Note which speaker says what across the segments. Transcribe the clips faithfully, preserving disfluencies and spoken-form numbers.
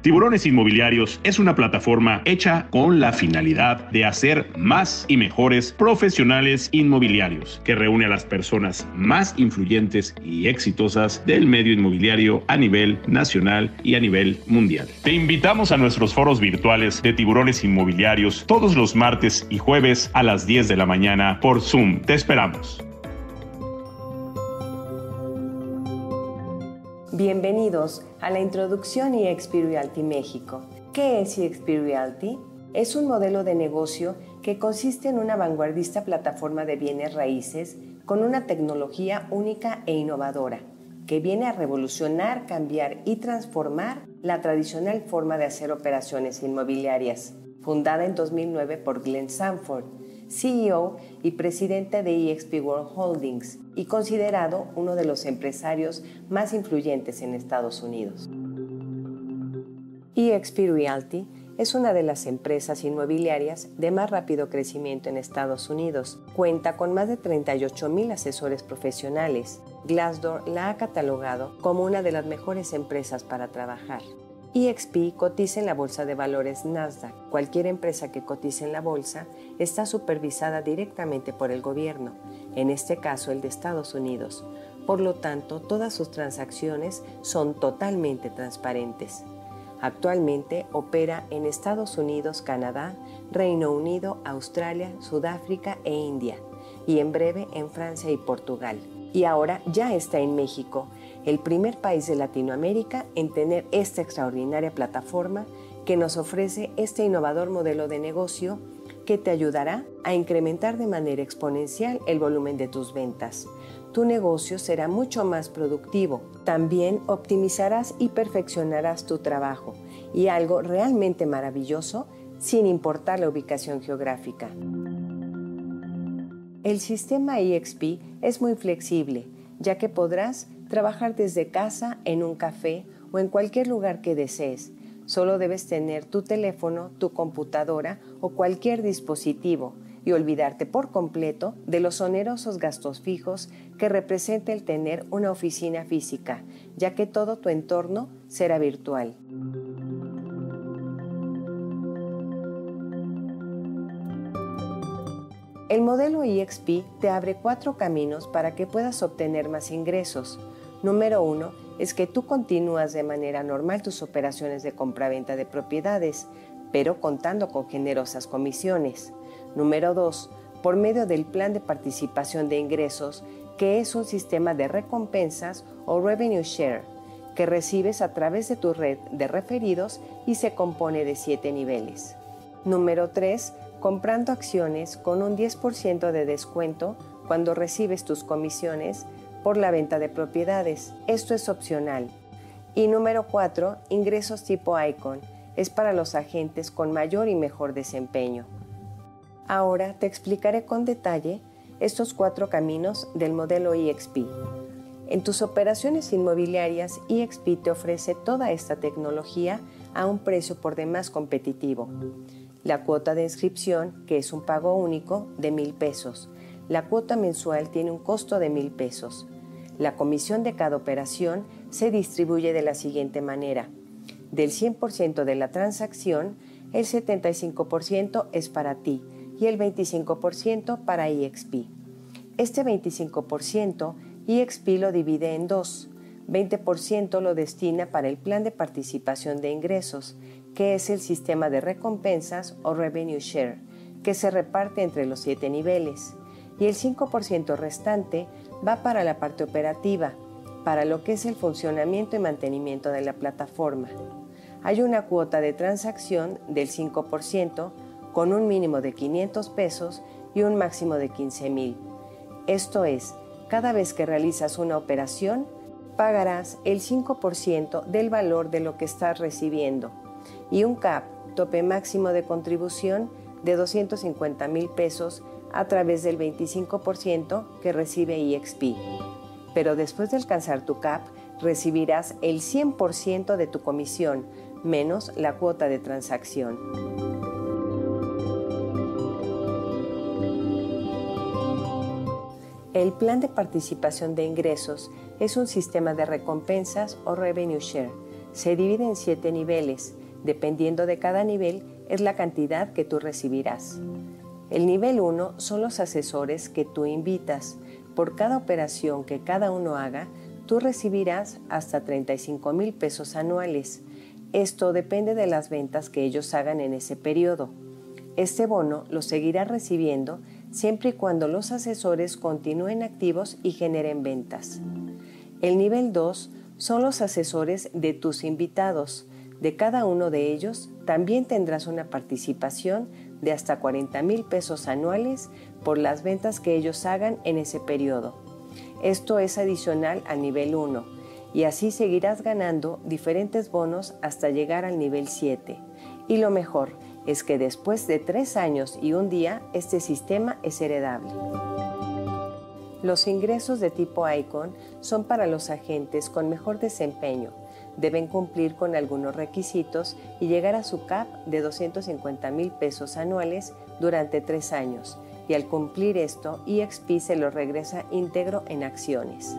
Speaker 1: Tiburones Inmobiliarios es una plataforma hecha con la finalidad de hacer más y mejores profesionales inmobiliarios, que reúne a las personas más influyentes y exitosas del medio inmobiliario a nivel nacional y a nivel mundial. Te invitamos a nuestros foros virtuales de Tiburones Inmobiliarios todos los martes y jueves a las diez de la mañana por Zoom. Te esperamos.
Speaker 2: Bienvenidos a la introducción E X P Realty México. ¿Qué es E X P Realty? Es un modelo de negocio que consiste en una vanguardista plataforma de bienes raíces con una tecnología única e innovadora que viene a revolucionar, cambiar y transformar la tradicional forma de hacer operaciones inmobiliarias. Fundada en dos mil nueve por Glenn Sanford, C E O y presidente de E X P World Holdings y considerado uno de los empresarios más influyentes en Estados Unidos. E X P Realty es una de las empresas inmobiliarias de más rápido crecimiento en Estados Unidos. Cuenta con más de treinta y ocho mil asesores profesionales. Glassdoor la ha catalogado como una de las mejores empresas para trabajar. E X P cotiza en la Bolsa de Valores Nasdaq. Cualquier empresa que cotice en la bolsa está supervisada directamente por el gobierno, en este caso el de Estados Unidos. Por lo tanto, todas sus transacciones son totalmente transparentes. Actualmente opera en Estados Unidos, Canadá, Reino Unido, Australia, Sudáfrica e India, y en breve en Francia y Portugal. Y ahora ya está en México, el primer país de Latinoamérica en tener esta extraordinaria plataforma que nos ofrece este innovador modelo de negocio que te ayudará a incrementar de manera exponencial el volumen de tus ventas. Tu negocio será mucho más productivo. También optimizarás y perfeccionarás tu trabajo, y algo realmente maravilloso, sin importar la ubicación geográfica. El sistema E X P es muy flexible, ya que podrás trabajar desde casa, en un café o en cualquier lugar que desees. Solo debes tener tu teléfono, tu computadora o cualquier dispositivo y olvidarte por completo de los onerosos gastos fijos que representa el tener una oficina física, ya que todo tu entorno será virtual. El modelo E X P te abre cuatro caminos para que puedas obtener más ingresos. Número uno es que tú continúas de manera normal tus operaciones de compraventa de propiedades, pero contando con generosas comisiones. Número dos, por medio del plan de participación de ingresos, que es un sistema de recompensas o revenue share, que recibes a través de tu red de referidos y se compone de siete niveles. Número tres, comprando acciones con un diez por ciento de descuento cuando recibes tus comisiones por la venta de propiedades. Esto es opcional. Y número cuatro, ingresos tipo Icon. Es para los agentes con mayor y mejor desempeño. Ahora te explicaré con detalle estos cuatro caminos del modelo E X P. En tus operaciones inmobiliarias, E X P te ofrece toda esta tecnología a un precio por demás competitivo. La cuota de inscripción, que es un pago único, de mil pesos. La cuota mensual tiene un costo de mil pesos. La comisión de cada operación se distribuye de la siguiente manera. Del cien por ciento de la transacción, el setenta y cinco por ciento es para ti y el veinticinco por ciento para E X P. Este veinticinco por ciento E X P lo divide en dos. veinte por ciento lo destina para el plan de participación de ingresos, que es el sistema de recompensas o revenue share, que se reparte entre los siete niveles. Y el cinco por ciento restante va para la parte operativa, para lo que es el funcionamiento y mantenimiento de la plataforma. Hay una cuota de transacción del cinco por ciento con un mínimo de quinientos pesos y un máximo de quince mil. Esto es, cada vez que realizas una operación, pagarás el cinco por ciento del valor de lo que estás recibiendo y un cap, tope máximo de contribución, de doscientos cincuenta mil pesos a través del veinticinco por ciento que recibe E X P. Pero después de alcanzar tu cap, recibirás el cien por ciento de tu comisión, menos la cuota de transacción. El plan de participación de ingresos es un sistema de recompensas o revenue share Se divide en siete niveles. Dependiendo de cada nivel, es la cantidad que tú recibirás. El nivel uno son los asesores que tú invitas. Por cada operación que cada uno haga, tú recibirás hasta treinta y cinco mil pesos anuales. Esto depende de las ventas que ellos hagan en ese periodo. Este bono lo seguirás recibiendo siempre y cuando los asesores continúen activos y generen ventas. El nivel dos son los asesores de tus invitados. De cada uno de ellos también tendrás una participación de hasta cuarenta mil pesos anuales por las ventas que ellos hagan en ese periodo. Esto es adicional al nivel uno y así seguirás ganando diferentes bonos hasta llegar al nivel siete. Y lo mejor es que después de tres años y un día, este sistema es heredable. Los ingresos de tipo Icon son para los agentes con mejor desempeño. Deben cumplir con algunos requisitos y llegar a su cap de doscientos cincuenta mil pesos anuales durante tres años. Y al cumplir esto, E X P se lo regresa íntegro en acciones.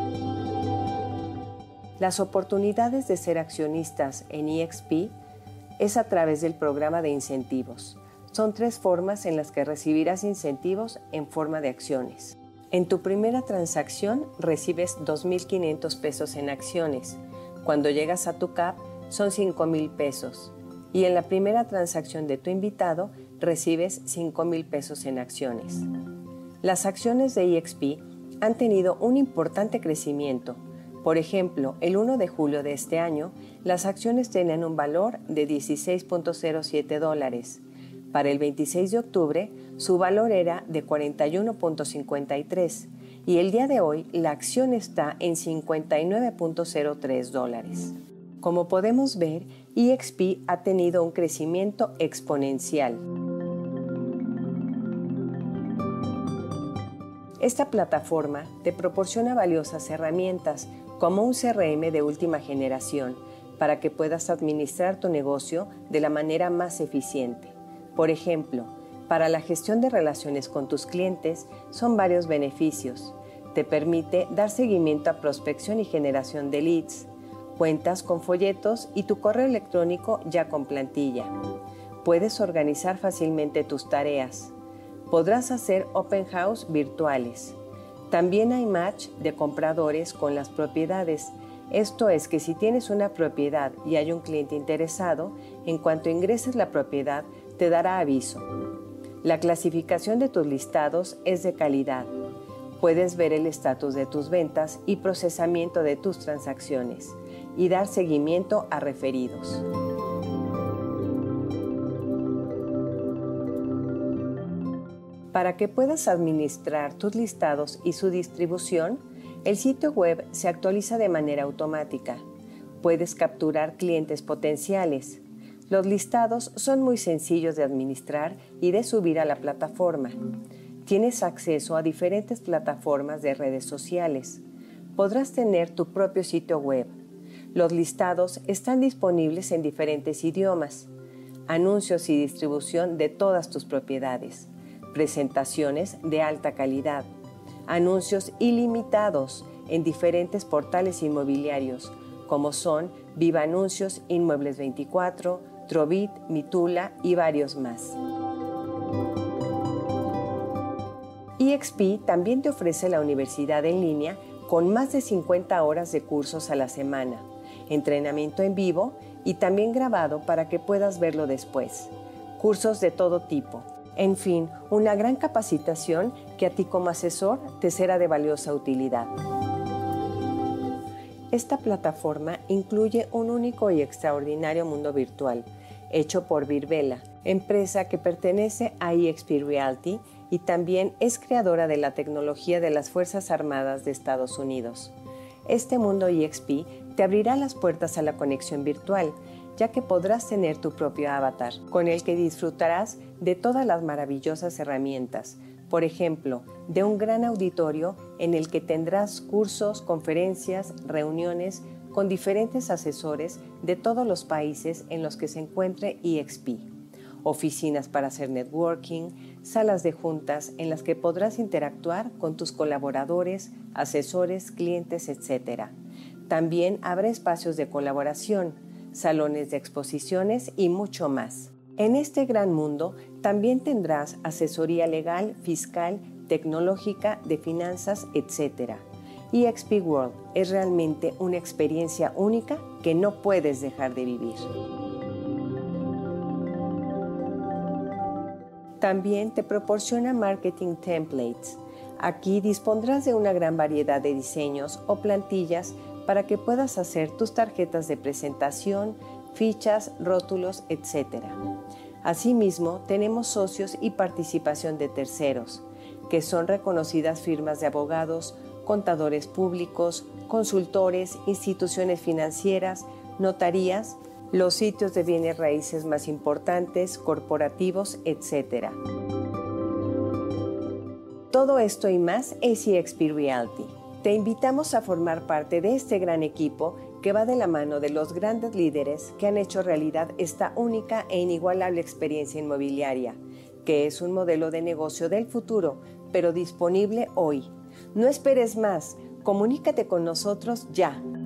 Speaker 2: Las oportunidades de ser accionistas en E X P es a través del programa de incentivos. Son tres formas en las que recibirás incentivos en forma de acciones. En tu primera transacción recibes dos mil quinientos pesos en acciones. Cuando llegas a tu cap son cinco mil pesos. Y en la primera transacción de tu invitado recibes cinco mil pesos en acciones. Las acciones de E X P han tenido un importante crecimiento. Por ejemplo, el primero de julio de este año, las acciones tenían un valor de dieciséis punto cero siete dólares. Para el veintiséis de octubre, su valor era de cuarenta y uno punto cincuenta y tres y el día de hoy la acción está en cincuenta y nueve punto cero tres dólares. Como podemos ver, E X P ha tenido un crecimiento exponencial. Esta plataforma te proporciona valiosas herramientas como un C R M de última generación para que puedas administrar tu negocio de la manera más eficiente. Por ejemplo, para la gestión de relaciones con tus clientes son varios beneficios. Te permite dar seguimiento a prospección y generación de leads. Cuentas con folletos y tu correo electrónico ya con plantilla. Puedes organizar fácilmente tus tareas. Podrás hacer open house virtuales. También hay match de compradores con las propiedades. Esto es que si tienes una propiedad y hay un cliente interesado, en cuanto ingreses la propiedad, te dará aviso. La clasificación de tus listados es de calidad. Puedes ver el estatus de tus ventas y procesamiento de tus transacciones y dar seguimiento a referidos. Para que puedas administrar tus listados y su distribución, el sitio web se actualiza de manera automática. Puedes capturar clientes potenciales. Los listados son muy sencillos de administrar y de subir a la plataforma. Tienes acceso a diferentes plataformas de redes sociales. Podrás tener tu propio sitio web. Los listados están disponibles en diferentes idiomas. Anuncios y distribución de todas tus propiedades. Presentaciones de alta calidad. Anuncios ilimitados en diferentes portales inmobiliarios, como son Viva Anuncios, Inmuebles veinticuatro, Trovit, Mitula y varios más. E X P también te ofrece la universidad en línea con más de cincuenta horas de cursos a la semana, entrenamiento en vivo y también grabado para que puedas verlo después. Cursos de todo tipo. En fin, una gran capacitación que a ti como asesor te será de valiosa utilidad. Esta plataforma incluye un único y extraordinario mundo virtual, hecho por Virbela, empresa que pertenece a E X P Realty y también es creadora de la tecnología de las Fuerzas Armadas de Estados Unidos. Este mundo E X P te abrirá las puertas a la conexión virtual, ya que podrás tener tu propio avatar, con el que disfrutarás de todas las maravillosas herramientas. Por ejemplo, de un gran auditorio en el que tendrás cursos, conferencias, reuniones con diferentes asesores de todos los países en los que se encuentre E X P. Oficinas para hacer networking, salas de juntas en las que podrás interactuar con tus colaboradores, asesores, clientes, etcétera. También habrá espacios de colaboración, salones de exposiciones y mucho más. En este gran mundo también tendrás asesoría legal, fiscal, tecnológica, de finanzas, etcétera. E X P World es realmente una experiencia única que no puedes dejar de vivir. También te proporciona Marketing Templates. Aquí dispondrás de una gran variedad de diseños o plantillas para que puedas hacer tus tarjetas de presentación, fichas, rótulos, etcétera. Asimismo, tenemos socios y participación de terceros, que son reconocidas firmas de abogados, contadores públicos, consultores, instituciones financieras, notarías, los sitios de bienes raíces más importantes, corporativos, etcétera. Todo esto y más es E X P Realty. Te invitamos a formar parte de este gran equipo que va de la mano de los grandes líderes que han hecho realidad esta única e inigualable experiencia inmobiliaria, que es un modelo de negocio del futuro, pero disponible hoy. No esperes más, comunícate con nosotros ya.